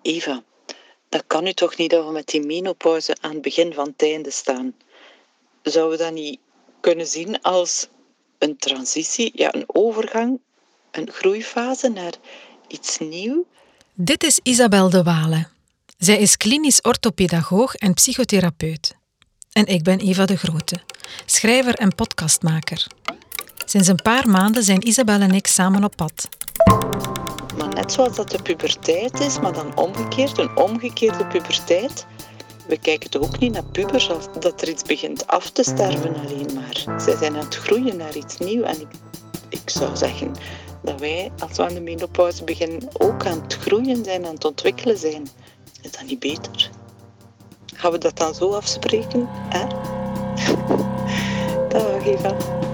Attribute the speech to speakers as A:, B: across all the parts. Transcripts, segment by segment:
A: Eva, dat kan nu toch niet dat we met die menopauze aan het begin van het einde staan. Zouden we dat niet kunnen zien als een transitie, een overgang, een groeifase naar iets nieuws?
B: Dit is Isabel de Wale. Zij is klinisch orthopedagoog en psychotherapeut. En ik ben Eva de Grote, schrijver en podcastmaker. Sinds een paar maanden zijn Isabel en ik samen op pad.
A: Maar net zoals dat de puberteit is, maar dan omgekeerd, een omgekeerde puberteit. We kijken toch ook niet naar pubers als dat er iets begint af te sterven alleen maar. Zij zijn aan het groeien naar iets nieuws. En ik zou zeggen dat wij, als we aan de menopauze beginnen, ook aan het groeien zijn, aan het ontwikkelen zijn. Is dat niet beter? Gaan we dat dan zo afspreken? Hè? Dag Eva.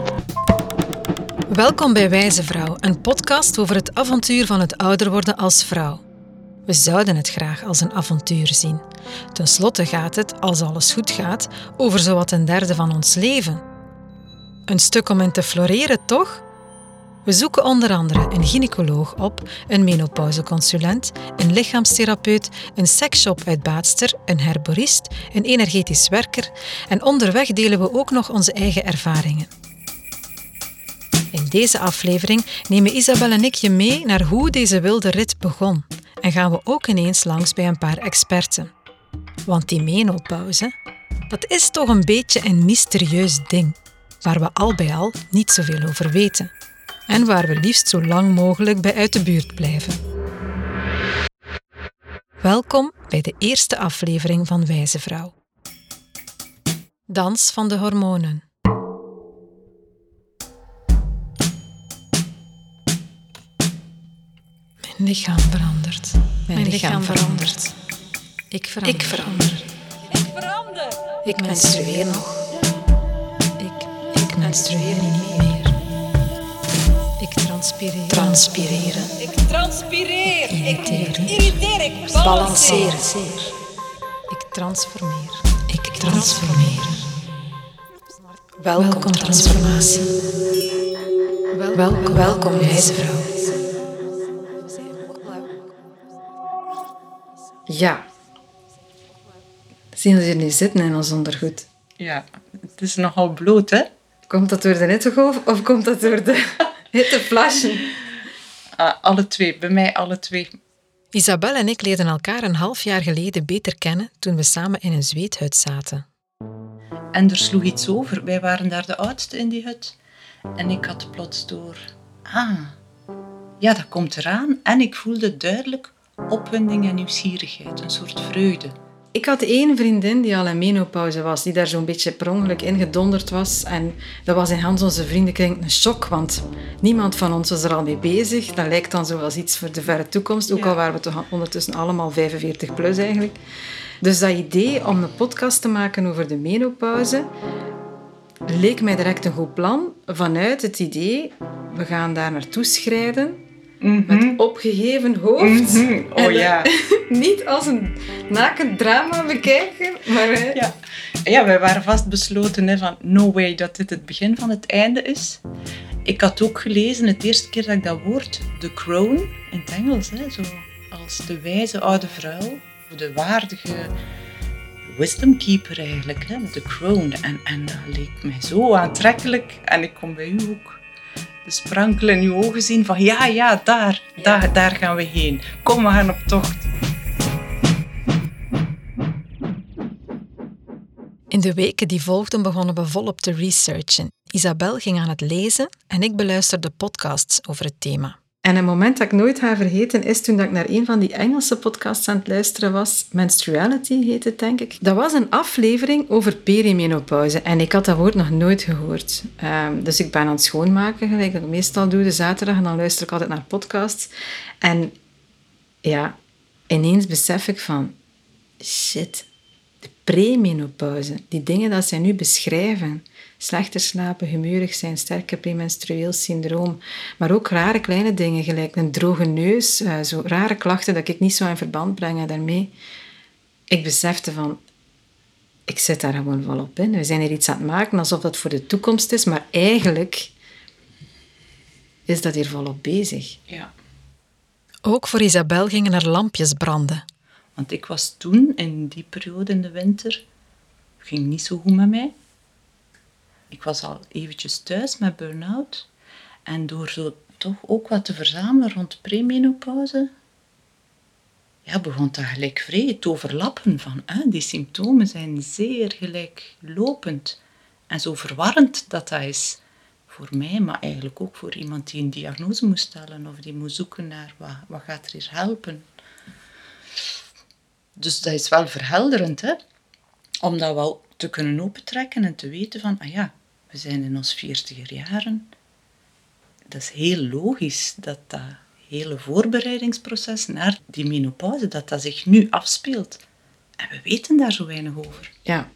B: Welkom bij Wijze Vrouw, een podcast over het avontuur van het ouder worden als vrouw. We zouden het graag als een avontuur zien. Ten slotte gaat het, als alles goed gaat, over zowat een derde van ons leven. Een stuk om in te floreren, toch? We zoeken onder andere een gynaecoloog op, een menopauzeconsulent, een lichaamstherapeut, een seksshop uit Baatster, een herborist, een energetisch werker en onderweg delen we ook nog onze eigen ervaringen. In deze aflevering nemen Isabel en ik je mee naar hoe deze wilde rit begon en gaan we ook ineens langs bij een paar experten. Want die menopauze, dat is toch een beetje een mysterieus ding, waar we al bij al niet zoveel over weten. En waar we liefst zo lang mogelijk bij uit de buurt blijven. Welkom bij de eerste aflevering van Wijze Vrouw. Dans van de hormonen. Mijn lichaam verandert. Mijn lichaam verandert. Ik verander. Ik menstrueer nog. Ik menstrueer niet meer. Ik transpireren.
C: Ik transpireer. Ik
B: Irriteer.
C: irriteer. Ik
B: Balanceren. Ik transformeer. Welkom transformatie. Welkom wijze vrouw.
D: Ja. Zien we hier nu zitten in ons ondergoed?
C: Ja, het is nogal bloot, hè?
D: Komt dat door de hittegolf of komt dat door de hitteflashen?
C: Alle twee, bij mij alle twee.
B: Isabel en ik leerden elkaar een half jaar geleden beter kennen toen we samen in een zweethut zaten.
C: En er sloeg iets over. Wij waren daar de oudste in die hut. En ik had plots door... ja, dat komt eraan. En ik voelde duidelijk opwinding en nieuwsgierigheid. Een soort vreugde.
D: Ik had één vriendin die al in menopauze was, die daar zo'n beetje per ongeluk ingedonderd was. En dat was in Hans onze vriendenkring een shock, want niemand van ons was er al mee bezig. Dat lijkt dan zo als iets voor de verre toekomst, ook al waren we toch ondertussen allemaal 45 plus eigenlijk. Dus dat idee om een podcast te maken over de menopauze leek mij direct een goed plan. Vanuit het idee, we gaan daar naartoe schrijden. Met opgeheven hoofd.
C: Oh ja.
D: Niet als een nakend drama bekijken, maar...
C: Ja, wij waren vastbesloten van no way dat dit het begin van het einde is. Ik had ook gelezen, het eerste keer dat ik dat woord, the crone, in het Engels, hè, zo als de wijze oude vrouw, of de waardige wisdom keeper eigenlijk, hè, de crone. En dat leek mij zo aantrekkelijk. En ik kon bij u ook de sprankel in uw ogen zien van daar gaan we heen. Kom, we gaan op tocht.
B: In de weken die volgden begonnen we volop te researchen. Isabel ging aan het lezen en ik beluisterde podcasts over het thema.
D: En een moment dat ik nooit ga vergeten is toen ik naar een van die Engelse podcasts aan het luisteren was. Menstruality heet het, denk ik. Dat was een aflevering over perimenopauze. En ik had dat woord nog nooit gehoord. Dus ik ben aan het schoonmaken, gelijk dat ik meestal doe, de zaterdag. En dan luister ik altijd naar podcasts. En ja, ineens besef ik van... Shit, de premenopauze. Die dingen dat zij nu beschrijven... Slechter slapen, humeurig zijn, sterker premenstrueel syndroom. Maar ook rare kleine dingen, gelijk een droge neus. Zo rare klachten dat ik niet zou in verband brengen daarmee. Ik besefte van... Ik zit daar gewoon volop in. We zijn hier iets aan het maken alsof dat voor de toekomst is. Maar eigenlijk is dat hier volop bezig.
C: Ja.
B: Ook voor Isabel gingen er lampjes branden.
C: Want ik was toen, in die periode in de winter, ging niet zo goed met mij. Ik was al eventjes thuis met burn-out. En door zo toch ook wat te verzamelen rond premenopauze, begon dat gelijk vrij te overlappen. Van, die symptomen zijn zeer gelijklopend. En zo verwarrend dat is voor mij, maar eigenlijk ook voor iemand die een diagnose moest stellen of die moest zoeken naar wat gaat er hier helpen. Dus dat is wel verhelderend, hè? Om dat wel te kunnen opentrekken en te weten van, we zijn in ons 40er jaren. Dat is heel logisch dat dat hele voorbereidingsproces naar die menopauze, dat zich nu afspeelt. En we weten daar zo weinig over.
D: Ja.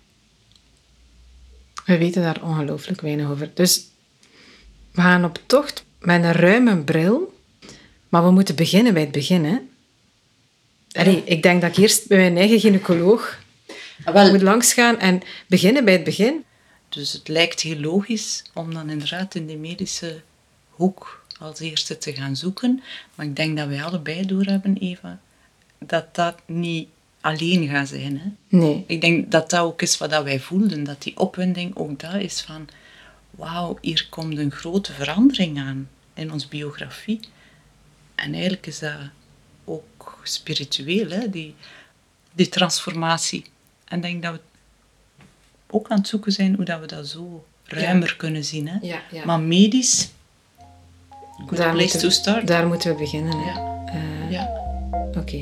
D: We weten daar ongelooflijk weinig over. Dus we gaan op tocht met een ruime bril, maar we moeten beginnen bij het begin, hè? Allee, ik denk dat ik eerst bij mijn eigen gynaecoloog moet langsgaan en beginnen bij het begin.
C: Dus het lijkt heel logisch om dan inderdaad in die medische hoek als eerste te gaan zoeken. Maar ik denk dat wij allebei doorhebben, Eva, dat dat niet alleen gaat zijn. Hè?
D: Nee.
C: Ik denk dat dat ook is wat wij voelden. Dat die opwinding ook dat is van, wauw, hier komt een grote verandering aan in onze biografie. En eigenlijk is dat ook spiritueel, hè? Die transformatie. En ik denk dat we ook aan het zoeken zijn hoe dat we dat zo ruimer kunnen zien. Hè?
D: Ja.
C: Maar medisch, good place to start.
D: Daar moeten we beginnen. Hè?
C: Ja.
D: Oké.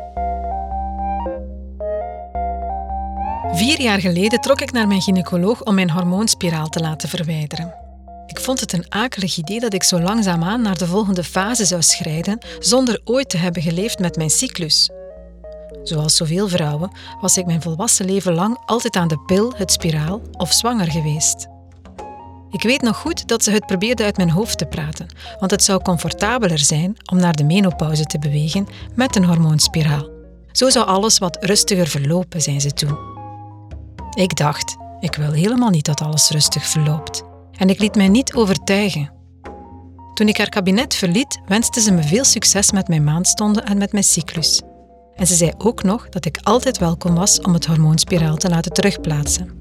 B: 4 jaar geleden trok ik naar mijn gynaecoloog om mijn hormoonspiraal te laten verwijderen. Ik vond het een akelig idee dat ik zo langzaamaan naar de volgende fase zou schrijden, zonder ooit te hebben geleefd met mijn cyclus. Zoals zoveel vrouwen was ik mijn volwassen leven lang altijd aan de pil, het spiraal of zwanger geweest. Ik weet nog goed dat ze het probeerde uit mijn hoofd te praten, want het zou comfortabeler zijn om naar de menopauze te bewegen met een hormoonspiraal. Zo zou alles wat rustiger verlopen, zei ze toen. Ik dacht, ik wil helemaal niet dat alles rustig verloopt. En ik liet mij niet overtuigen. Toen ik haar kabinet verliet, wenste ze me veel succes met mijn maandstonden en met mijn cyclus. En ze zei ook nog dat ik altijd welkom was om het hormoonspiraal te laten terugplaatsen.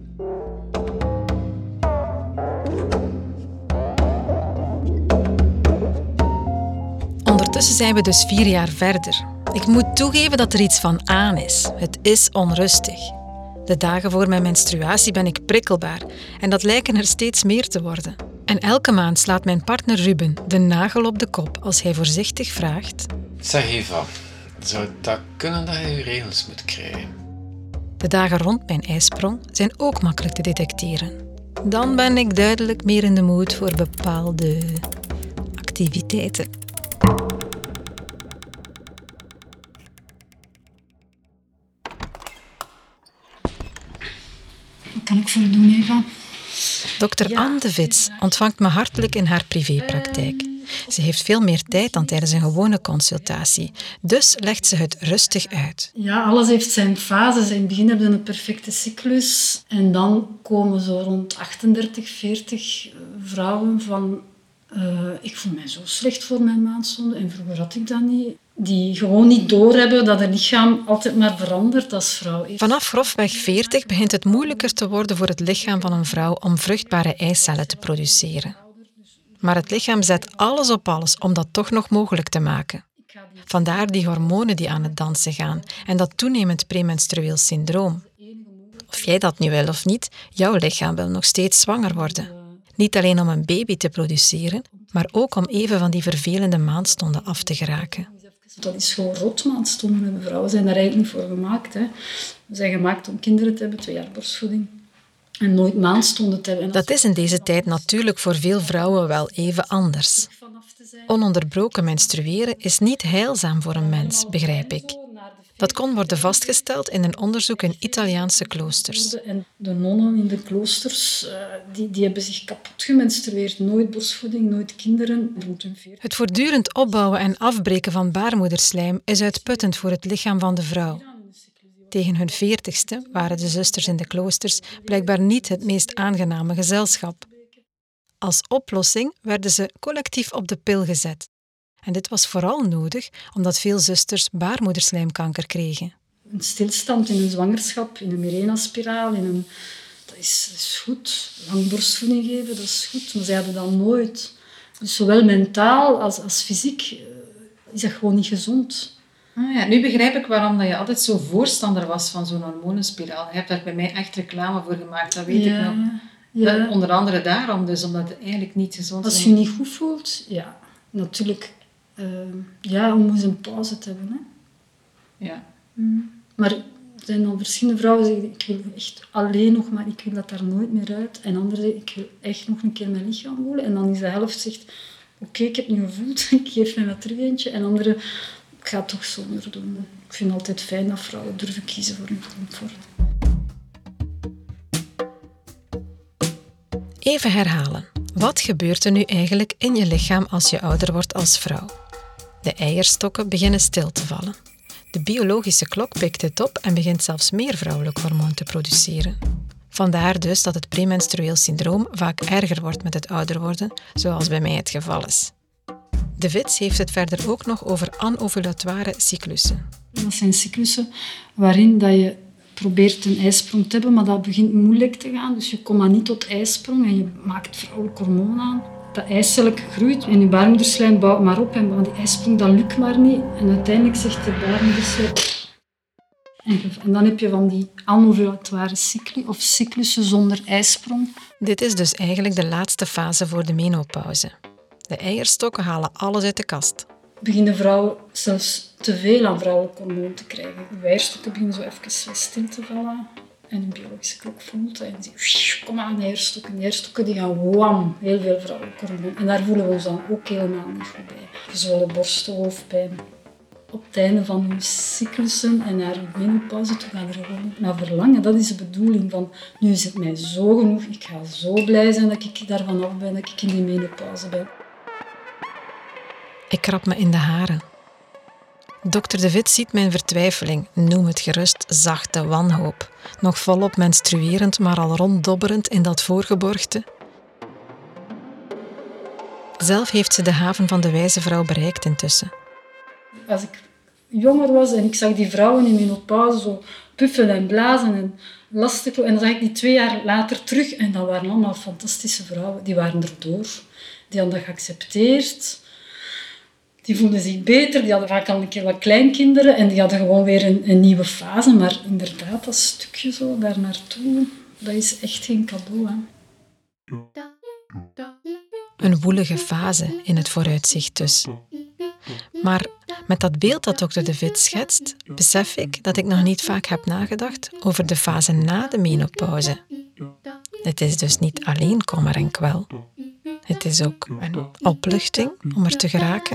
B: Ondertussen zijn we dus 4 jaar verder. Ik moet toegeven dat er iets van aan is. Het is onrustig. De dagen voor mijn menstruatie ben ik prikkelbaar en dat lijken er steeds meer te worden. En elke maand slaat mijn partner Ruben de nagel op de kop als hij voorzichtig vraagt:
E: Zeg Eva, zou dat kunnen dat je je regels moet krijgen?
B: De dagen rond mijn ijsprong zijn ook makkelijk te detecteren. Dan ben ik duidelijk meer in de mood voor bepaalde activiteiten.
F: Wat kan ik voor u doen, Eva?
B: Dr. Anne de Vits ontvangt me hartelijk in haar privépraktijk. Ze heeft veel meer tijd dan tijdens een gewone consultatie, dus legt ze het rustig uit.
F: Ja, alles heeft zijn fases. In het begin hebben we een perfecte cyclus en dan komen zo rond 38, 40 vrouwen van ik voel mij zo slecht voor mijn maandstonden en vroeger had ik dat niet. Die gewoon niet doorhebben dat het lichaam altijd maar verandert als vrouw.
B: Vanaf grofweg 40 begint het moeilijker te worden voor het lichaam van een vrouw om vruchtbare eicellen te produceren. Maar het lichaam zet alles op alles om dat toch nog mogelijk te maken. Vandaar die hormonen die aan het dansen gaan en dat toenemend premenstrueel syndroom. Of jij dat nu wil of niet, jouw lichaam wil nog steeds zwanger worden. Niet alleen om een baby te produceren, maar ook om even van die vervelende maandstonden af te geraken.
F: Dat is gewoon rot, maandstonden. En vrouwen zijn daar eigenlijk niet voor gemaakt. Hè. We zijn gemaakt om kinderen te hebben, 2 jaar borstvoeding. En nooit maandstonden te hebben.
B: Dat is in deze tijd natuurlijk voor veel vrouwen wel even anders. Ononderbroken menstrueren is niet heilzaam voor een mens, begrijp ik. Dat kon worden vastgesteld in een onderzoek in Italiaanse kloosters.
F: En de nonnen in de kloosters, die hebben zich kapot gemenstrueerd. Nooit borstvoeding, nooit kinderen. Rond hun 40.
B: Het voortdurend opbouwen en afbreken van baarmoederslijm is uitputtend voor het lichaam van de vrouw. Tegen hun 40ste waren de zusters in de kloosters blijkbaar niet het meest aangename gezelschap. Als oplossing werden ze collectief op de pil gezet. En dit was vooral nodig omdat veel zusters baarmoederslijmkanker kregen.
F: een stilstand in een zwangerschap, in een Mirena-spiraal, dat is goed. Lang borstvoeding geven, dat is goed. Maar zij hadden dat nooit. Dus zowel mentaal als fysiek is dat gewoon niet gezond.
D: Ah ja, nu begrijp ik waarom dat je altijd zo voorstander was van zo'n hormonenspiraal. Je hebt daar bij mij echt reclame voor gemaakt, dat weet ik nog.
F: Ja.
D: Onder andere daarom dus, omdat het eigenlijk niet gezond is.
F: Als je je niet goed voelt, ja, natuurlijk, om eens een pauze te hebben. Hè.
D: Ja.
F: Maar er zijn dan verschillende vrouwen die zeggen, ik wil echt alleen nog, maar ik wil dat daar nooit meer uit. En anderen zeggen, ik wil echt nog een keer mijn lichaam voelen. En dan is de helft zegt, oké, ik heb het nu gevoeld, ik geef mij wat terug eentje. En anderen, ik ga het toch zonder doen. Ik vind het altijd fijn dat vrouwen durven kiezen voor hun comfort.
B: Even herhalen. Wat gebeurt er nu eigenlijk in je lichaam als je ouder wordt als vrouw? De eierstokken beginnen stil te vallen. De biologische klok pikt het op en begint zelfs meer vrouwelijk hormoon te produceren. Vandaar dus dat het premenstrueel syndroom vaak erger wordt met het ouder worden, zoals bij mij het geval is. De Wits heeft het verder ook nog over anovulatoire cyclussen.
F: Dat zijn cyclussen waarin dat je probeert een ijsprong te hebben, maar dat begint moeilijk te gaan. Dus je komt maar niet tot ijsprong en je maakt vrouwelijk hormoon aan. Dat eicelletje groeit en je baarmoederslijm bouwt maar op en die ijsprong, dat lukt maar niet. En uiteindelijk zegt de baarmoederslijm... En dan heb je van die anovulatoire cycli of cyclussen zonder ijsprong.
B: Dit is dus eigenlijk de laatste fase voor de menopauze. De eierstokken halen alles uit de kast.
F: Beginnen vrouwen zelfs te veel aan vrouwelijk hormoon te krijgen. De eierstokken beginnen zo even stil te vallen. En een biologische klok voelt dat. En die zegt, kom aan, eierstokken. Die eierstokken die gaan wam, heel veel vrouwelijk hormoon. En daar voelen we ons dan ook helemaal niet goed bij. Gezwollen borsten, hoofdpijn. Op het einde van hun cyclussen en naar hun menopauze toe gaan er gewoon naar verlangen. Dat is de bedoeling van, nu is het mij zo genoeg. Ik ga zo blij zijn dat ik daarvan af ben, dat ik in die menopauze ben.
B: Ik krab me in de haren. Dr. De Wit ziet mijn vertwijfeling, noem het gerust zachte wanhoop. Nog volop menstruerend, maar al ronddobberend in dat voorgeborgte. Zelf heeft ze de haven van de wijze vrouw bereikt intussen.
F: Als ik jonger was en ik zag die vrouwen in menopauze zo puffen en blazen en lastig, en dan zag ik die 2 jaar later terug en dat waren allemaal fantastische vrouwen. Die waren erdoor, die hadden dat geaccepteerd. Die voelden zich beter, die hadden vaak al een keer wat kleinkinderen en die hadden gewoon weer een nieuwe fase. Maar inderdaad, dat stukje zo daar naartoe, dat is echt geen cadeau. Hè.
B: Een woelige fase in het vooruitzicht dus. Maar met dat beeld dat Dr. De Wit schetst, besef ik dat ik nog niet vaak heb nagedacht over de fase na de menopauze. Het is dus niet alleen kommer en kwel. Het is ook een opluchting om er te geraken.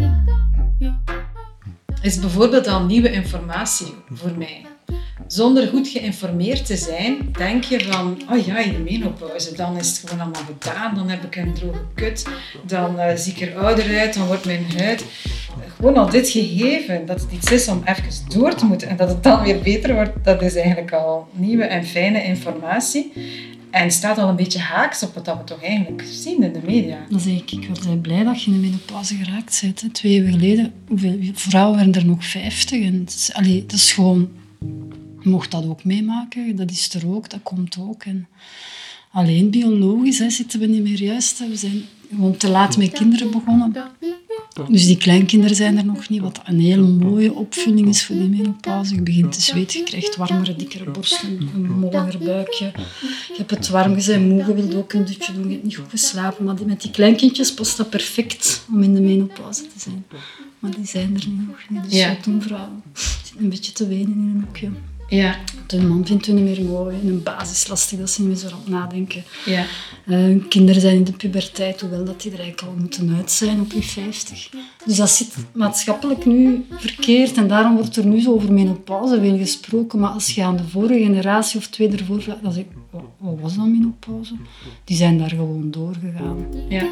D: Is bijvoorbeeld al nieuwe informatie voor mij. Zonder goed geïnformeerd te zijn, denk je van, oh ja, in de menopauze, dan is het gewoon allemaal gedaan, dan heb ik een droge kut, dan zie ik er ouder uit, dan wordt mijn huid... Gewoon al dit gegeven, dat het iets is om even door te moeten en dat het dan weer beter wordt, dat is eigenlijk al nieuwe en fijne informatie. En staat al een beetje haaks op wat we toch eigenlijk zien in de media.
F: Dan zeg ik wel blij dat je in de menopauze geraakt bent. Hè. 2 eeuwen geleden, hoeveel vrouwen werden er nog 50? En dat is gewoon... Je mocht dat ook meemaken, dat is er ook, dat komt ook. En alleen biologisch zitten we niet meer juist. We zijn gewoon te laat met kinderen begonnen. Dus die kleinkinderen zijn er nog niet, wat een heel mooie opvulling is voor die menopauze. Je begint te zweten, je krijgt warmere, dikkere borsten, een molliger buikje. Je hebt het warm, je bent moe, je wilt ook een dutje doen, je hebt niet goed geslapen. Maar met die kleinkindjes past dat perfect om in de menopauze te zijn. Maar die zijn er nu nog niet, dus
D: Ja.
F: wat doen vrouwen? Ze zitten een beetje te wenen in een hoekje.
D: Ja,
F: De man vindt hun niet meer mooi. In een basis lastig dat ze niet meer zo aan nadenken.
D: ja.
F: Kinderen zijn in de puberteit, hoewel dat die er eigenlijk al moeten uit zijn op je 50. Dus dat zit maatschappelijk nu verkeerd en daarom wordt er nu zo over menopauze veel gesproken. Maar als je aan de vorige generatie of 2 ervoor vraagt, dan zeg ik, wat was dan menopauze? Die zijn daar gewoon doorgegaan.
D: Ja.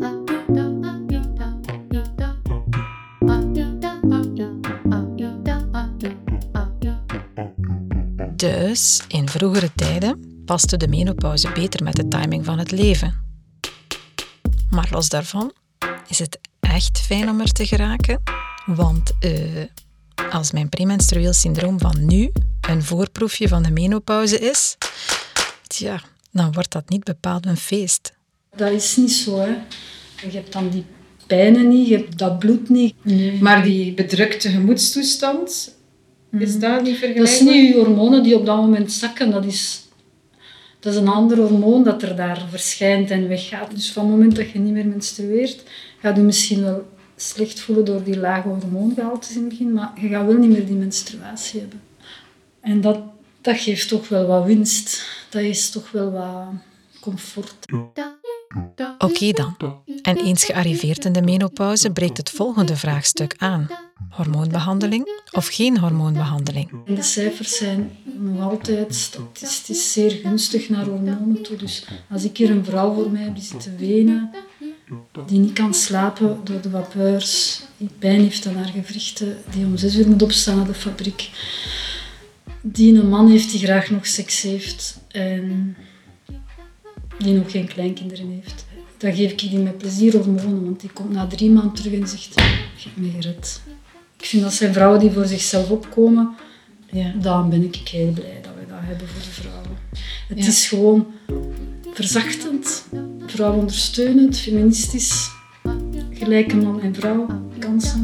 B: Dus, in vroegere tijden paste de menopauze beter met de timing van het leven. Maar los daarvan, is het echt fijn om er te geraken? Want Als mijn premenstrueel syndroom van nu een voorproefje van de menopauze is, dan wordt dat niet bepaald een feest.
F: Dat is niet zo, hè. Je hebt dan die pijnen niet, je hebt dat bloed niet. Nee.
D: Maar die bedrukte gemoedstoestand, is dat niet vergelijkbaar?
F: Dat is niet je hormonen die op dat moment zakken. Dat is een ander hormoon dat er daar verschijnt en weggaat. Dus van het moment dat je niet meer menstrueert, gaat je misschien wel slecht voelen door die lage hormoongehaltes in het begin, maar je gaat wel niet meer die menstruatie hebben. En dat geeft toch wel wat winst. Dat is toch wel wat comfort.
B: Oké dan. En eens gearriveerd in de menopauze breekt het volgende vraagstuk aan. Hormoonbehandeling of geen hormoonbehandeling?
F: En de cijfers zijn nog altijd statistisch zeer gunstig naar hormonen toe. Dus als ik hier een vrouw voor mij heb die zit te wenen, die niet kan slapen door de vapeurs, die pijn heeft aan haar gewrichten, die om 6 uur moet opstaan naar de fabriek, die een man heeft die graag nog seks heeft en die nog geen kleinkinderen heeft. Dan geef ik die met plezier hormonen, want die komt na 3 maanden terug en zegt, ik heb me gered. Ik vind dat zijn vrouwen die voor zichzelf opkomen, daarom ben ik heel blij dat we dat hebben voor de vrouwen. Het is gewoon verzachtend, vrouwenondersteunend, feministisch, gelijke man en vrouw, kansen.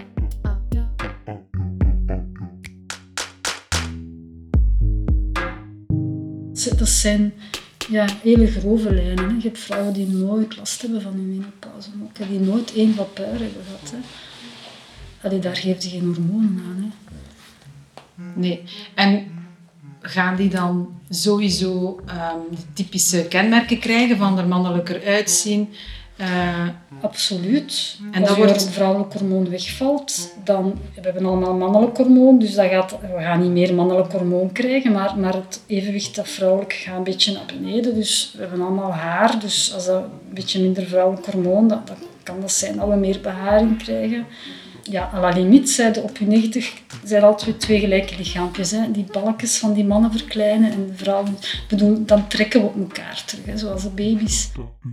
F: Dat zijn hele grove lijnen. Hè. Je hebt vrouwen die nooit last hebben van hun menopauze, maar ook die nooit 1 vapeur hebben gehad. Hè. Allee, daar geeft je geen hormonen aan. Hè.
D: Nee. En gaan die dan sowieso de typische kenmerken krijgen van er mannelijker uitzien?
F: Absoluut.
D: En
F: als
D: dat
F: er
D: wordt
F: een vrouwelijk hormoon wegvalt, dan we hebben allemaal mannelijk hormoon, dus we gaan niet meer mannelijk hormoon krijgen, maar het evenwicht dat vrouwelijk gaat een beetje naar beneden. Dus we hebben allemaal haar, dus als dat een beetje minder vrouwelijk hormoon, dan kan dat zijn dat we meer beharing krijgen. Ja, à la limiet zijn op je 90 zijn altijd 2 gelijke lichaampjes. Hè. Die balkjes van die mannen verkleinen en de vrouwen, dan trekken we op elkaar terug, hè, zoals de baby's.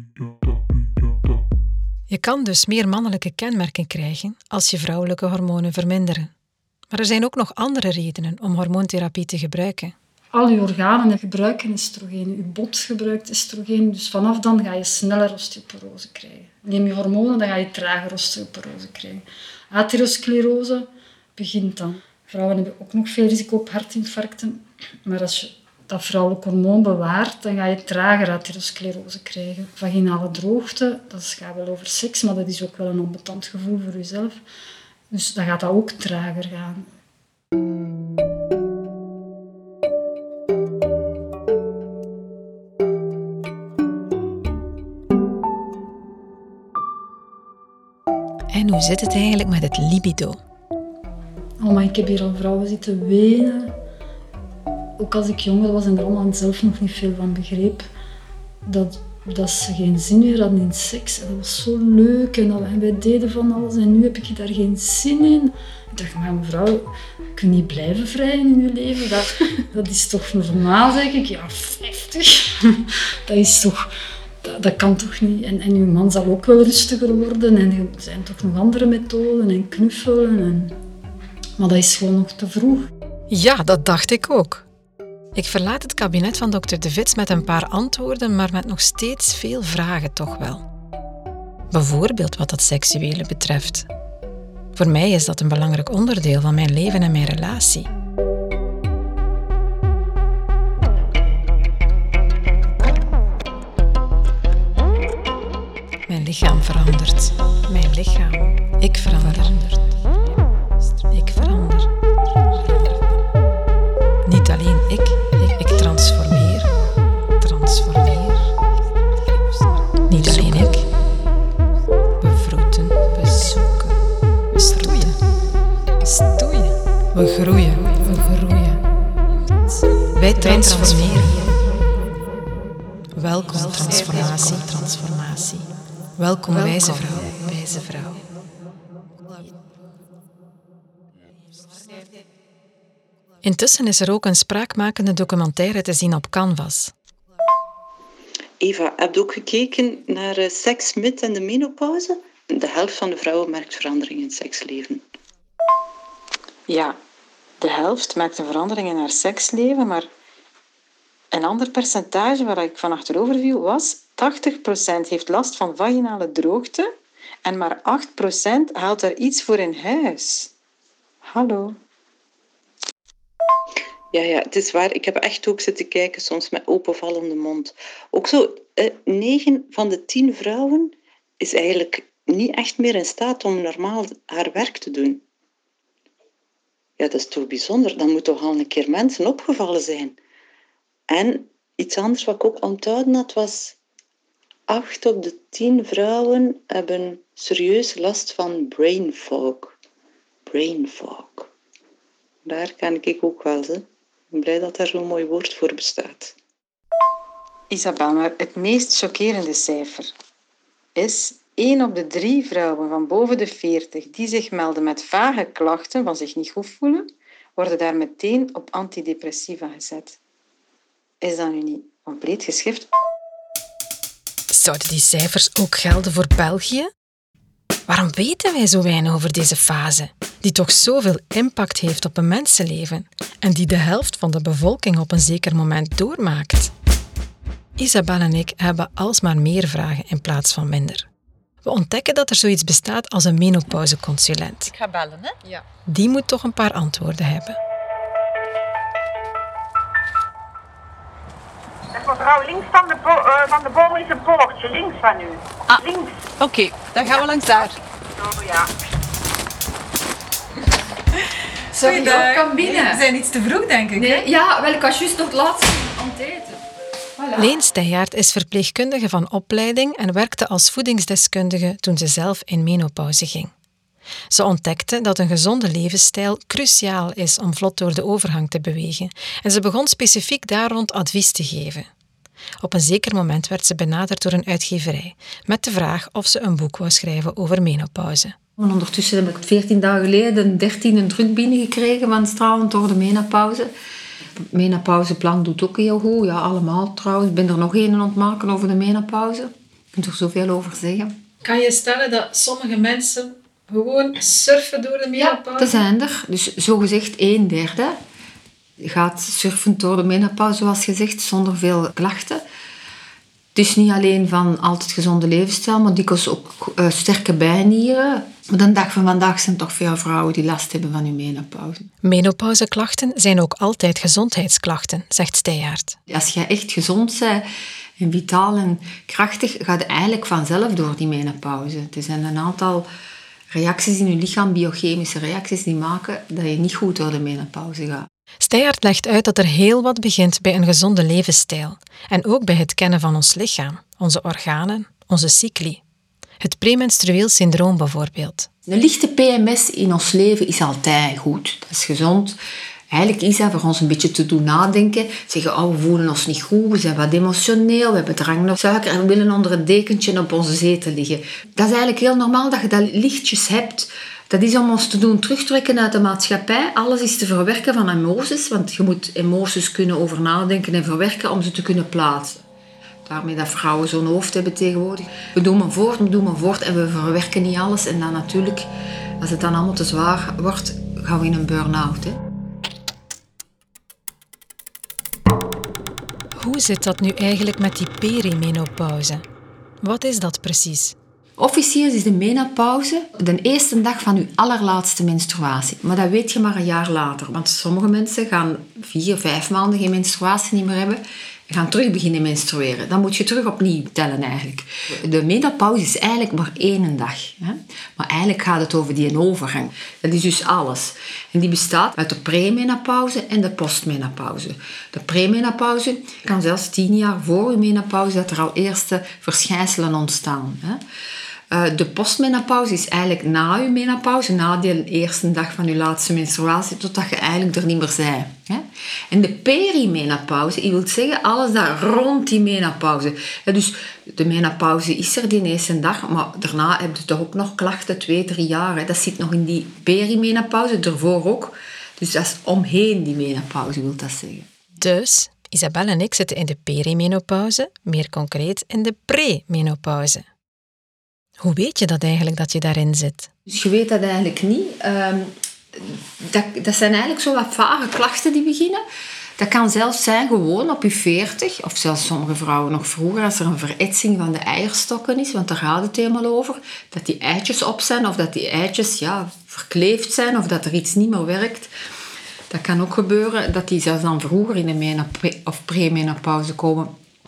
B: Je kan dus meer mannelijke kenmerken krijgen als je vrouwelijke hormonen verminderen. Maar er zijn ook nog andere redenen om hormoontherapie te gebruiken.
F: Al je organen gebruiken oestrogeen, je bot gebruikt oestrogeen, dus vanaf dan ga je sneller osteoporose krijgen. Neem je hormonen, dan ga je trager osteoporose krijgen. Atherosclerose begint dan. Vrouwen hebben ook nog veel risico op hartinfarcten, maar als je dat vrouwelijk hormoon bewaart, dan ga je trager atherosclerose krijgen. Vaginale droogte, dat gaat wel over seks, maar dat is ook wel een onbetant gevoel voor jezelf. Dus dan gaat dat ook trager gaan.
B: En hoe zit het eigenlijk met het libido?
F: Oh, maar ik heb hier al vrouwen zitten wenen. Ook als ik jonger was en er allemaal zelf nog niet veel van begreep, dat ze geen zin meer hadden in seks. En dat was zo leuk en wij deden van alles en nu heb ik daar geen zin in. Ik dacht, maar mevrouw, kun je niet blijven vrijen in je leven? Dat is toch normaal, zeg ik. Ja, 50. Dat is toch... Dat kan toch niet? En uw man zal ook wel rustiger worden en er zijn toch nog andere methoden en knuffelen. Maar dat is gewoon nog te vroeg.
B: Ja, dat dacht ik ook. Ik verlaat het kabinet van dokter De Vits met een paar antwoorden, maar met nog steeds veel vragen toch wel. Bijvoorbeeld wat dat seksuele betreft. Voor mij is dat een belangrijk onderdeel van mijn leven en mijn relatie. Mijn lichaam verandert. Mijn lichaam. Ik verander. Ik verander. Niet alleen ik transformeer. Niet alleen ik. We vroeten, we zoeken, we stoeien. We groeien. Wij transformeren. Welkom transformatie. Welkom wijze vrouw. Intussen is er ook een spraakmakende documentaire te zien op Canvas.
A: Eva, heb je ook gekeken naar seks met en de menopauze? De helft van de vrouwen merkt verandering in het seksleven.
D: Ja, de helft maakt een verandering in haar seksleven, maar een ander percentage waar ik van achterover viel was 80% heeft last van vaginale droogte en maar 8% haalt er iets voor in huis. Hallo.
A: Ja, het is waar. Ik heb echt ook zitten kijken, soms met openvallende mond. Ook zo, 9 van de 10 vrouwen is eigenlijk niet echt meer in staat om normaal haar werk te doen. Ja, dat is toch bijzonder. Dan moet toch al een keer mensen opgevallen zijn. En iets anders wat ik ook onthouden had, was 8 op de 10 vrouwen hebben serieus last van brain fog. Brain fog. Daar kan ik ook wel, hè. Ik ben blij dat daar zo'n mooi woord voor bestaat.
D: Isabel, maar het meest chockerende cijfer is 1 op de 3 vrouwen van boven de 40 die zich melden met vage klachten van zich niet goed voelen, worden daar meteen op antidepressiva gezet. Is dat nu niet compleet geschift?
B: Zouden die cijfers ook gelden voor België? Waarom weten wij zo weinig over deze fase, die toch zoveel impact heeft op een mensenleven en die de helft van de bevolking op een zeker moment doormaakt? Isabel en ik hebben alsmaar meer vragen in plaats van minder. We ontdekken dat er zoiets bestaat als een menopauseconsulent.
C: Ik ga bellen, hè? Ja.
B: Die moet toch een paar antwoorden hebben.
G: Mevrouw, links van de boom is een poortje, links van u. Links.
C: Oké, dan gaan we langs daar.
G: Zo, ja.
F: Sorry, ik kan binnen.
D: We zijn iets te vroeg, denk ik.
F: Nee, ja, wel, ik was juist nog laatst aan het eten. Voilà.
B: Leen Steygaert is verpleegkundige van opleiding en werkte als voedingsdeskundige toen ze zelf in menopauze ging. Ze ontdekte dat een gezonde levensstijl cruciaal is om vlot door de overgang te bewegen en ze begon specifiek daar rond advies te geven. Op een zeker moment werd ze benaderd door een uitgeverij met de vraag of ze een boek wou schrijven over menopauze.
F: Ondertussen heb ik 14 dagen geleden 13 druk binnengekregen van Stralend door de menopauze. Het menopauseplan doet ook heel goed. Ja, allemaal trouwens. Ik ben er nog één aan het maken over de menopauze. Je kunt er zoveel over zeggen.
D: Kan je stellen dat sommige mensen gewoon surfen door de menopauze?
F: Ja, dat zijn er. Dus zogezegd 1/3 gaat surfend door de menopauze, zoals gezegd, zonder veel klachten. Het is niet alleen van altijd gezonde levensstijl, maar dikwijls ook sterke bijnieren. Maar de dag van vandaag zijn toch veel vrouwen die last hebben van hun menopauze.
B: Menopauzeklachten zijn ook altijd gezondheidsklachten, zegt Steygaert.
F: Als je echt gezond bent en vitaal en krachtig, gaat je eigenlijk vanzelf door die menopauze. Er zijn een aantal reacties in je lichaam, biochemische reacties, die maken dat je niet goed door de menopauze gaat.
B: Steygaert legt uit dat er heel wat begint bij een gezonde levensstijl en ook bij het kennen van ons lichaam, onze organen, onze cycli. Het premenstrueel syndroom bijvoorbeeld.
F: Een lichte PMS in ons leven is altijd goed. Dat is gezond. Eigenlijk is dat voor ons een beetje te doen nadenken. Zeggen, oh, we voelen ons niet goed, we zijn wat emotioneel, we hebben drang naar suiker en we willen onder het dekentje op onze zetel liggen. Dat is eigenlijk heel normaal dat je dat lichtjes hebt. Dat is om ons te doen terugtrekken uit de maatschappij. Alles is te verwerken van emoties, want je moet emoties kunnen over nadenken en verwerken om ze te kunnen plaatsen. Daarmee dat vrouwen zo'n hoofd hebben tegenwoordig. We doen maar voort en we verwerken niet alles. En dan natuurlijk, als het dan allemaal te zwaar wordt, gaan we in een burn-out. Hè.
B: Hoe zit dat nu eigenlijk met die perimenopauze? Wat is dat precies?
F: Officieel is de menopauze de eerste dag van je allerlaatste menstruatie. Maar dat weet je maar een jaar later. Want sommige mensen gaan 4-5 maanden geen menstruatie niet meer hebben en gaan terug beginnen menstrueren. Dan moet je terug opnieuw tellen eigenlijk. De menopauze is eigenlijk maar 1 dag. Hè? Maar eigenlijk gaat het over die overgang. Dat is dus alles. En die bestaat uit de premenopauze en de postmenopauze. De premenopauze kan zelfs 10 jaar voor je menopauze dat er al eerste verschijnselen ontstaan. Hè? De postmenopauze is eigenlijk na je menopauze, na die eerste dag van je laatste menstruatie, totdat je eigenlijk er niet meer bent. Hè? En de perimenopauze, je wilt zeggen alles daar rond die menopauze. Dus de menopauze is er die eerste dag, maar daarna heb je toch ook nog klachten 2-3 jaar. Hè? Dat zit nog in die perimenopauze, daarvoor ook. Dus dat is omheen die menopauze, wil dat zeggen.
B: Dus, Isabel en ik zitten in de perimenopauze, meer concreet in de premenopauze. Hoe weet je dat eigenlijk, dat je daarin zit?
F: Dus je weet dat eigenlijk niet.
H: Dat zijn eigenlijk zo wat vage klachten die beginnen. Dat kan zelfs zijn gewoon op je 40, of zelfs sommige vrouwen nog vroeger, als er een veretsing van de eierstokken is, want daar gaat het helemaal over, dat die eitjes op zijn, of dat die eitjes verkleefd zijn, of dat er iets niet meer werkt. Dat kan ook gebeuren, dat die zelfs dan vroeger in de of premenopauze komen.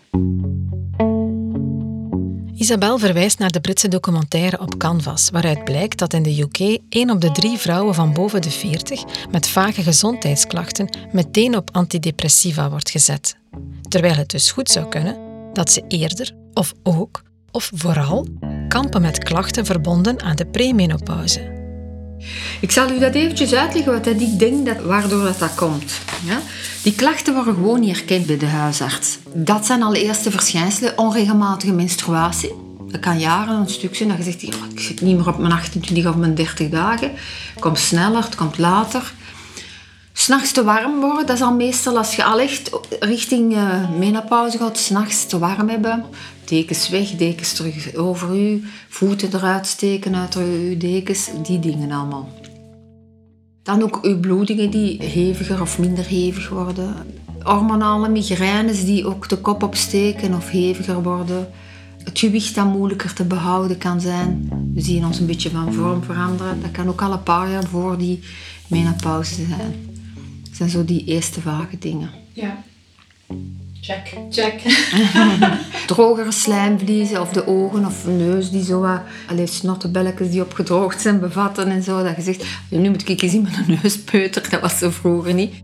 B: Isabel verwijst naar de Britse documentaire op Canvas, waaruit blijkt dat in de UK 1 op de 3 vrouwen van boven de 40 met vage gezondheidsklachten meteen op antidepressiva wordt gezet. Terwijl het dus goed zou kunnen dat ze eerder, of ook, of vooral, kampen met klachten verbonden aan de premenopauze.
H: Ik zal u dat eventjes uitleggen wat ik denk waardoor dat komt. Ja? Die klachten worden gewoon niet herkend bij de huisarts. Dat zijn al eerste verschijnselen. Onregelmatige menstruatie. Dat kan jaren een stuk zijn. Dat je zegt, ik zit niet meer op mijn 28 of mijn 30 dagen. Het komt sneller, het komt later. 's Nachts te warm worden, dat is al meestal als je al echt richting menopauze gaat, 's nachts te warm hebben. Dekens weg, dekens terug over u, voeten eruit steken uit uw dekens, die dingen allemaal. Dan ook uw bloedingen die heviger of minder hevig worden. Hormonale migraines die ook de kop opsteken of heviger worden. Het gewicht dat moeilijker te behouden kan zijn. We zien ons een beetje van vorm veranderen. Dat kan ook al een paar jaar voor die menopauze zijn. Dat zijn zo die eerste vage dingen.
F: Ja. Check.
H: Drogere slijmvliezen of de ogen of de neus die zo wat snottebelletjes die opgedroogd zijn bevatten en zo. Dat je zegt, nu moet ik eens in mijn neus peuteren. Dat was zo vroeger niet.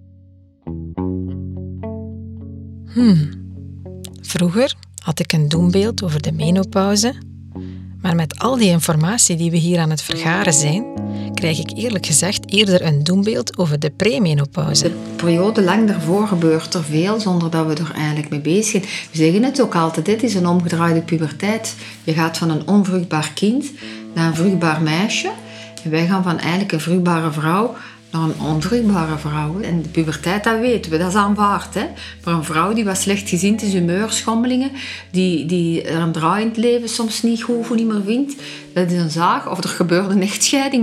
B: Vroeger had ik een doembeeld over de menopauze, maar met al die informatie die we hier aan het vergaren zijn, krijg ik eerlijk gezegd eerder een doembeeld over de premenopauze.
H: De periode lang daarvoor gebeurt er veel zonder dat we er eigenlijk mee bezig zijn. We zeggen het ook altijd, het is een omgedraaide puberteit. Je gaat van een onvruchtbaar kind naar een vruchtbaar meisje. En wij gaan van eigenlijk een vruchtbare vrouw naar een onvruchtbare vrouw. En de puberteit, dat weten we, dat is aanvaard. Hè? Maar een vrouw die wat slechtgezind is, humeurschommelingen, die er een draai in het leven soms niet goed niet meer vindt, dat is een zaag of er gebeurt een echtscheiding.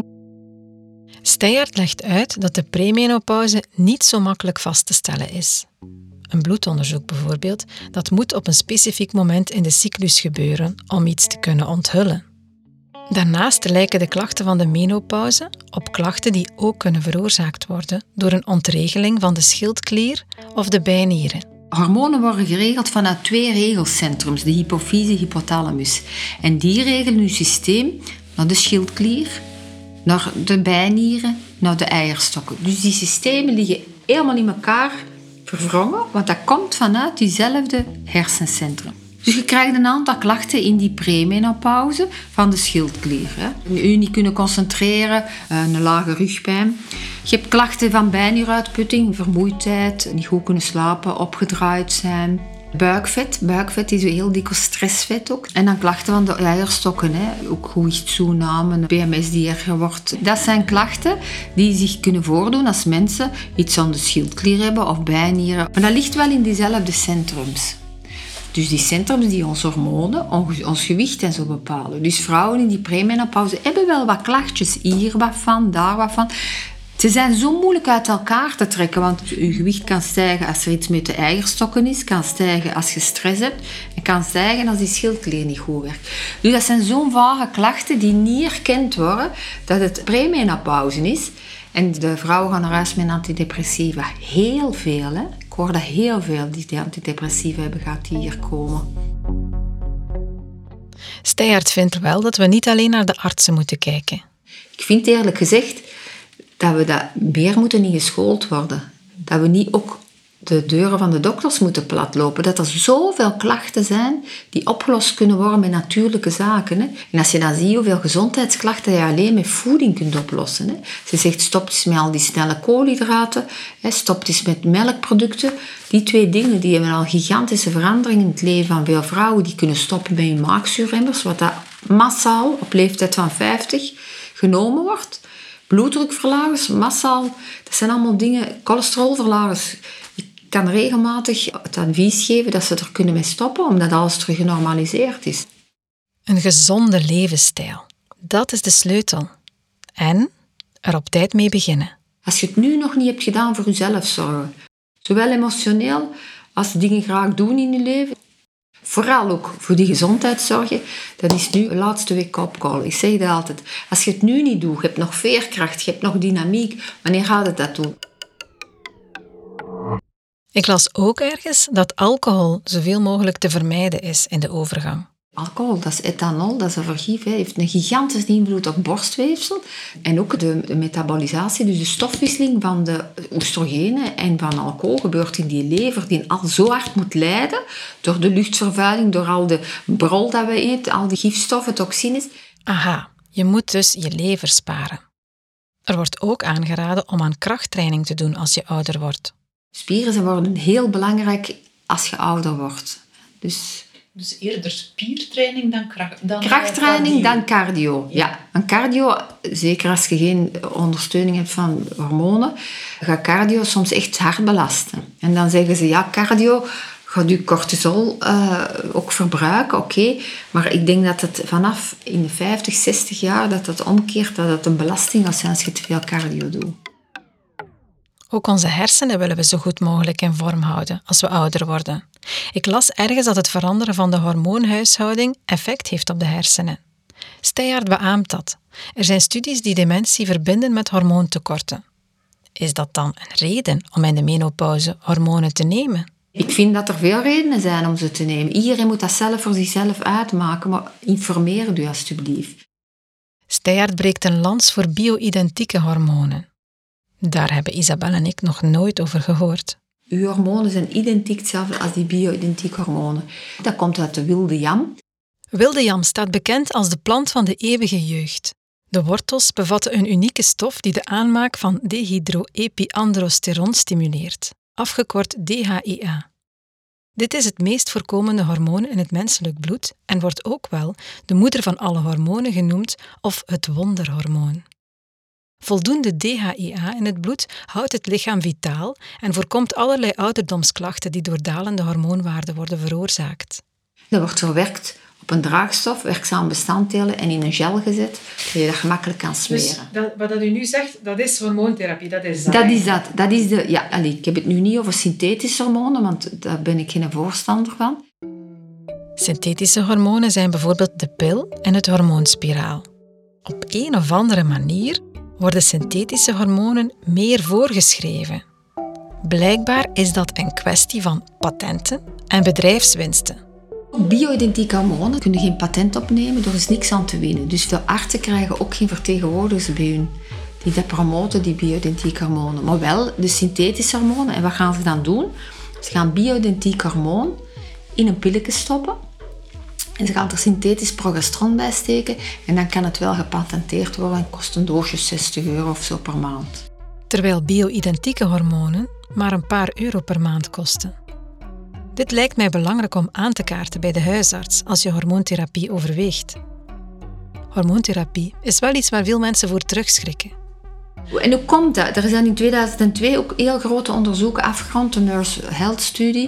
B: Steyaert legt uit dat de premenopauze niet zo makkelijk vast te stellen is. Een bloedonderzoek bijvoorbeeld, dat moet op een specifiek moment in de cyclus gebeuren om iets te kunnen onthullen. Daarnaast lijken de klachten van de menopauze op klachten die ook kunnen veroorzaakt worden door een ontregeling van de schildklier of de bijnieren.
H: Hormonen worden geregeld vanuit 2 regelcentrums, de hypofyse en hypothalamus. En die regelen uw systeem naar de schildklier, naar de bijnieren, naar de eierstokken. Dus die systemen liggen helemaal in elkaar verwrongen, want dat komt vanuit diezelfde hersencentrum. Dus je krijgt een aantal klachten in die premenopauze van de schildklier. Hè. Je niet kunnen concentreren, een lage rugpijn. Je hebt klachten van bijnieruitputting, vermoeidheid, niet goed kunnen slapen, opgedraaid zijn. Buikvet is heel dikwijls stressvet ook. En dan klachten van de eierstokken, hè. Ook gewichtstoename, PMS die erger wordt. Dat zijn klachten die zich kunnen voordoen als mensen iets aan de schildklier hebben of bijnieren. Maar dat ligt wel in diezelfde centrums. Dus die centrums die ons hormonen, ons gewicht en zo bepalen. Dus vrouwen in die premenopauze hebben wel wat klachtjes. Hier wat van, daar wat van. Ze zijn zo moeilijk uit elkaar te trekken, want je gewicht kan stijgen als er iets met de eierstokken is, kan stijgen als je stress hebt en kan stijgen als die schildklier niet goed werkt. Dus dat zijn zo'n vage klachten die niet erkend worden dat het premenopauze is. En de vrouwen gaan naar huis met antidepressiva. Heel veel, hè. Ik hoor dat heel veel die antidepressiva hebben gehad die hier komen.
B: Steyaert vindt wel dat we niet alleen naar de artsen moeten kijken.
H: Ik vind eerlijk gezegd dat we dat meer moeten ingeschoold worden. Dat we niet ook de deuren van de dokters moeten platlopen. Dat er zoveel klachten zijn die opgelost kunnen worden met natuurlijke zaken. Hè. En als je dan ziet hoeveel gezondheidsklachten je alleen met voeding kunt oplossen. Hè. Ze zegt stop eens met al die snelle koolhydraten. Hè, stop eens met melkproducten. Die 2 dingen die hebben al gigantische veranderingen in het leven van veel vrouwen. Die kunnen stoppen met hun maagzuurremmers. Wat dat massaal op leeftijd van 50 genomen wordt. Bloeddrukverlagers, massaal. Dat zijn allemaal dingen. Cholesterolverlagers. Ik kan regelmatig het advies geven dat ze er kunnen mee stoppen, omdat alles terug genormaliseerd is.
B: Een gezonde levensstijl, dat is de sleutel. En Er op tijd mee beginnen.
H: Als je het nu nog niet hebt gedaan, voor jezelf zorgen. Zowel emotioneel als dingen graag doen in je leven. Vooral ook voor die gezondheid zorgen. Dat is nu de laatste wake-up call. Ik zeg dat altijd. Als je het nu niet doet, je hebt nog veerkracht, je hebt nog dynamiek. Wanneer gaat het dat doen?
B: Ik las ook ergens dat alcohol zoveel mogelijk te vermijden is in de overgang.
H: Alcohol, dat is ethanol, dat is een vergif. Het heeft een gigantische invloed op borstweefsel. En ook de metabolisatie, dus de stofwisseling van de oestrogenen en van alcohol gebeurt in die lever, die al zo hard moet lijden door de luchtvervuiling, door al de brol dat we eten, al die gifstoffen, toxines.
B: Aha, je moet dus je lever sparen. Er wordt ook aangeraden om aan krachttraining te doen als je ouder wordt.
H: Spieren worden heel belangrijk als je ouder wordt.
C: Dus eerder spiertraining dan
H: krachttraining dan cardio. Ja, een cardio, zeker als je geen ondersteuning hebt van hormonen, gaat cardio soms echt hard belasten. En dan zeggen ze, ja, cardio gaat je cortisol ook verbruiken, oké. Maar ik denk dat het vanaf in de 50, 60 jaar dat het omkeert, dat het een belasting gaat zijn als je te veel cardio doet.
B: Ook onze hersenen willen we zo goed mogelijk in vorm houden als we ouder worden. Ik las ergens dat het veranderen van de hormoonhuishouding effect heeft op de hersenen. Steyaert beaamt dat. Er zijn studies die dementie verbinden met hormoontekorten. Is dat dan een reden om in de menopauze hormonen te nemen?
H: Ik vind dat er veel redenen zijn om ze te nemen. Iedereen moet dat zelf voor zichzelf uitmaken, maar informeer u alstublieft.
B: Steyaert breekt een lans voor bio-identieke hormonen. Daar hebben Isabel en ik nog nooit over gehoord.
H: Uw hormonen zijn identiek hetzelfde als die bio-identieke hormonen. Dat komt uit de wilde jam.
B: Wilde jam staat bekend als de plant van de eeuwige jeugd. De wortels bevatten een unieke stof die de aanmaak van dehydroepiandrosteron stimuleert, afgekort DHEA. Dit is het meest voorkomende hormoon in het menselijk bloed en wordt ook wel de moeder van alle hormonen genoemd of het wonderhormoon. Voldoende DHEA in het bloed houdt het lichaam vitaal en voorkomt allerlei ouderdomsklachten die door dalende hormoonwaarden worden veroorzaakt.
H: Dat wordt verwerkt op een draagstof, werkzame bestanddelen en in een gel gezet, dat je dat gemakkelijk kan smeren.
D: Dus wat u nu zegt, dat is hormoontherapie, dat is dat.
H: Dat is de... Ja, ik heb het nu niet over synthetische hormonen, want daar ben ik geen voorstander van.
B: Synthetische hormonen zijn bijvoorbeeld de pil en het hormoonspiraal. Op een of andere manier worden synthetische hormonen meer voorgeschreven. Blijkbaar is dat een kwestie van patenten en bedrijfswinsten.
H: Bio-identieke hormonen kunnen geen patent opnemen, er is niks aan te winnen. Dus de artsen krijgen ook geen vertegenwoordigers bij hun die dat promoten, die bio-identieke hormonen. Maar wel de synthetische hormonen. En wat gaan ze dan doen? Ze gaan bio-identiek hormoon in een pilletje stoppen. En ze gaan er synthetisch progesteron bij steken. En dan kan het wel gepatenteerd worden en kost een doosje €60 of zo per maand.
B: Terwijl bio-identieke hormonen maar een paar euro per maand kosten. Dit lijkt mij belangrijk om aan te kaarten bij de huisarts als je hormoontherapie overweegt. Hormoontherapie is wel iets waar veel mensen voor terugschrikken.
H: En hoe komt dat? Er zijn in 2002 ook heel grote onderzoeken afgerond, de Nurse Health Studie.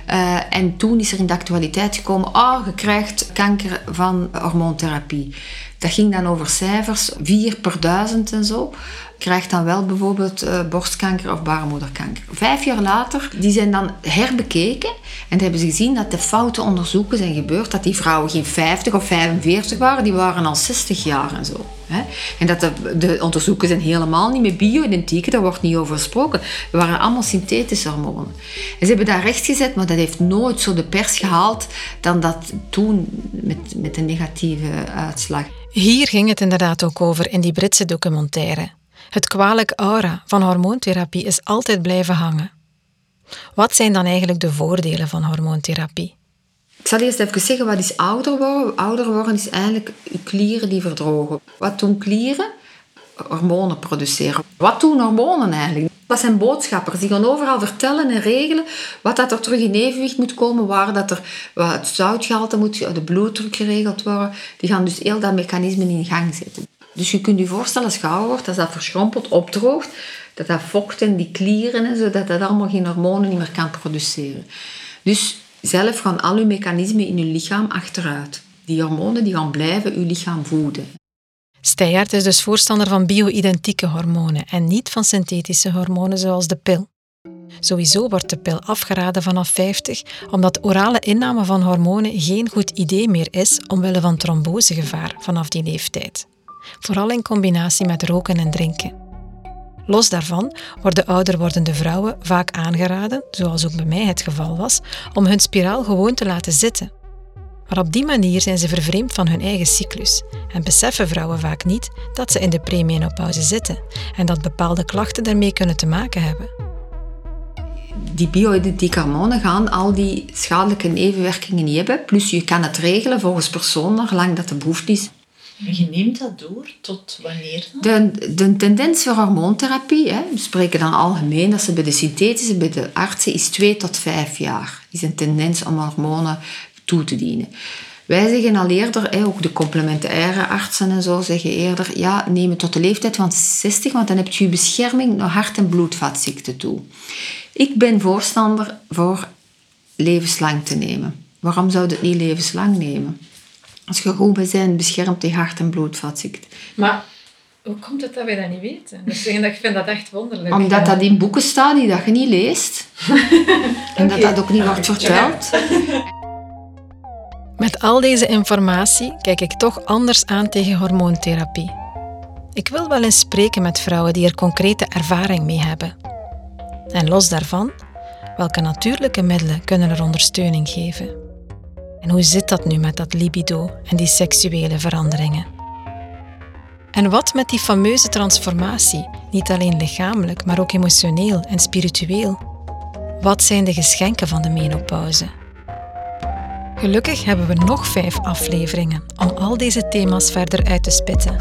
H: En toen is er in de actualiteit gekomen, je krijgt kanker van hormoontherapie. Dat ging dan over cijfers, 4 per 1000 en zo. Krijgt dan wel bijvoorbeeld borstkanker of baarmoederkanker. 5 jaar later, die zijn dan herbekeken. En dan hebben ze gezien dat de foute onderzoeken zijn gebeurd. Dat die vrouwen geen 50 of 45 waren, die waren al 60 jaar en zo. En dat de onderzoeken zijn helemaal niet meer bio-identiek, daar wordt niet over gesproken. Het waren allemaal synthetische hormonen. En ze hebben dat rechtgezet, maar dat heeft nooit zo de pers gehaald dan dat toen met een negatieve uitslag.
B: Hier ging het inderdaad ook over in die Britse documentaire. Het kwalijke aura van hormoontherapie is altijd blijven hangen. Wat zijn dan eigenlijk de voordelen van hormoontherapie?
H: Ik zal eerst even zeggen, wat is ouder worden? Ouder worden is eigenlijk je klieren die verdrogen. Wat doen klieren? Hormonen produceren. Wat doen hormonen eigenlijk? Dat zijn boodschappers. Die gaan overal vertellen en regelen wat dat er terug in evenwicht moet komen, waar het zoutgehalte moet, de bloeddruk geregeld worden. Die gaan dus heel dat mechanisme in gang zetten. Dus je kunt je voorstellen als je ouder wordt, als dat verschrompelt, opdroogt, dat vocht en die klieren en zo, dat allemaal geen hormonen niet meer kan produceren. Dus zelf gaan al uw mechanismen in je lichaam achteruit. Die hormonen die gaan blijven je lichaam voeden.
B: Steyaert is dus voorstander van bio-identieke hormonen en niet van synthetische hormonen zoals de pil. Sowieso wordt de pil afgeraden vanaf 50, omdat orale inname van hormonen geen goed idee meer is omwille van trombosegevaar vanaf die leeftijd. Vooral in combinatie met roken en drinken. Los daarvan worden ouder wordende vrouwen vaak aangeraden, zoals ook bij mij het geval was, om hun spiraal gewoon te laten zitten. Maar op die manier zijn ze vervreemd van hun eigen cyclus en beseffen vrouwen vaak niet dat ze in de premenopauze zitten en dat bepaalde klachten daarmee kunnen te maken hebben.
H: Die bio-identieke hormonen gaan al die schadelijke nevenwerkingen niet hebben, plus je kan het regelen volgens persoon naar lang dat de behoefte is.
C: En je neemt dat door tot wanneer dan?
H: De tendens voor hormoontherapie, we spreken dan algemeen, dat ze bij de synthetische, bij de artsen, is 2 tot 5 jaar. Is een tendens om hormonen toe te dienen. Wij zeggen al eerder, ook de complementaire artsen en zo zeggen eerder, ja, neem het tot de leeftijd van 60, want dan heb je bescherming naar hart- en bloedvatziekten toe. Ik ben voorstander voor levenslang te nemen. Waarom zou je het niet levenslang nemen? Als je goed bent beschermd tegen hart- en bloedvatziekten.
B: Maar hoe komt het dat wij dat niet weten? Dus ik vind dat echt wonderlijk.
H: Omdat dat in boeken staat die dat je niet leest. En dat dat ook niet wordt verteld.
B: Met al deze informatie kijk ik toch anders aan tegen hormoontherapie. Ik wil wel eens spreken met vrouwen die er concrete ervaring mee hebben. En los daarvan, welke natuurlijke middelen kunnen er ondersteuning geven? En hoe zit dat nu met dat libido en die seksuele veranderingen? En wat met die fameuze transformatie, niet alleen lichamelijk, maar ook emotioneel en spiritueel? Wat zijn de geschenken van de menopauze? Gelukkig hebben we nog 5 afleveringen om al deze thema's verder uit te spitten.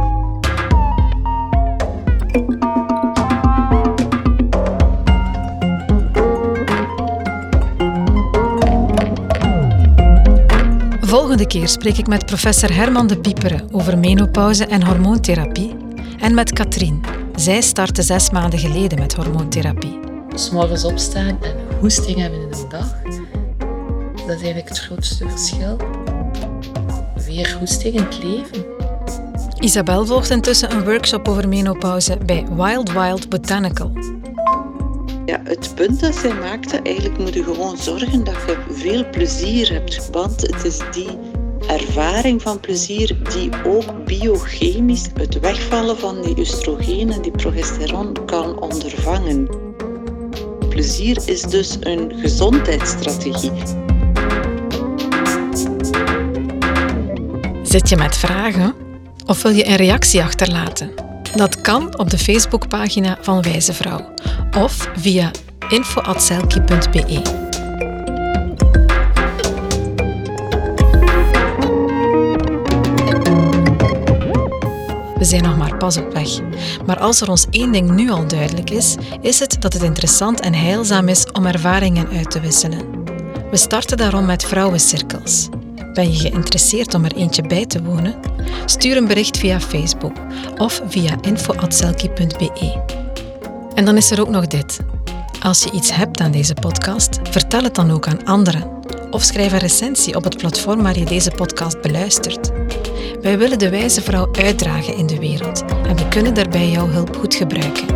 B: Volgende keer spreek ik met professor Herman de Pieperen over menopauze en hormoontherapie en met Katrien. Zij startte 6 maanden geleden met hormoontherapie.
C: 'S morgens opstaan en hoesting hebben in een dag. Dat is eigenlijk het grootste verschil. Weer hoesting in het leven.
B: Isabel volgt intussen een workshop over menopauze bij Wild Wild Botanical.
A: Ja, het punt dat zij maakte, eigenlijk moet je gewoon zorgen dat je veel plezier hebt. Want het is die ervaring van plezier die ook biochemisch het wegvallen van die oestrogeen en die progesteron kan ondervangen. Plezier is dus een gezondheidsstrategie.
B: Zit je met vragen? Of wil je een reactie achterlaten? Dat kan op de Facebookpagina van Wijze Vrouw of via info@selkie.be. We zijn nog maar pas op weg. Maar als er ons één ding nu al duidelijk is, is het dat het interessant en heilzaam is om ervaringen uit te wisselen. We starten daarom met vrouwencirkels. Ben je geïnteresseerd om er eentje bij te wonen? Stuur een bericht via Facebook of via info@selkie.be. En dan is er ook nog dit. Als je iets hebt aan deze podcast, vertel het dan ook aan anderen. Of schrijf een recensie op het platform waar je deze podcast beluistert. Wij willen de wijze vrouw uitdragen in de wereld en we kunnen daarbij jouw hulp goed gebruiken.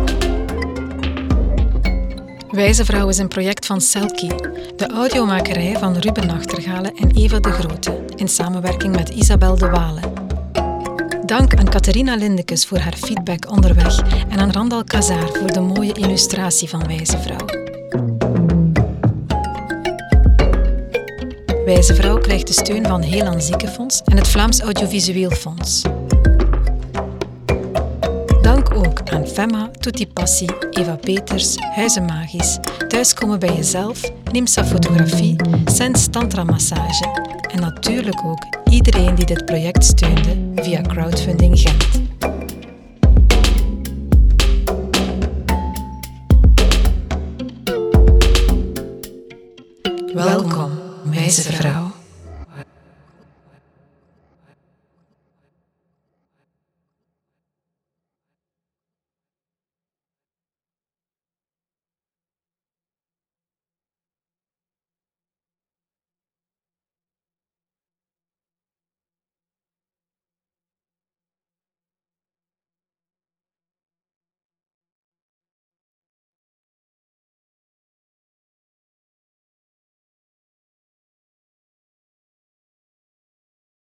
B: Wijze Vrouw is een project van Selkie, de audiomakerij van Ruben Nachtergale en Eva de Grote, in samenwerking met Isabel de Wale. Dank aan Catharina Lindekes voor haar feedback onderweg en aan Randal Kazaar voor de mooie illustratie van Wijze Vrouw. Wijze Vrouw krijgt de steun van Helan Ziekenfonds en het Vlaams Audiovisueel Fonds. Dank ook aan Femma, Tutti Passi, Eva Peters, Huizen Magisch, Thuiskomen bij Jezelf, Nimsa Fotografie, Sens Tantra Massage en natuurlijk ook iedereen die dit project steunde via Crowdfunding Gent. Welkom, Wijze Vrouw.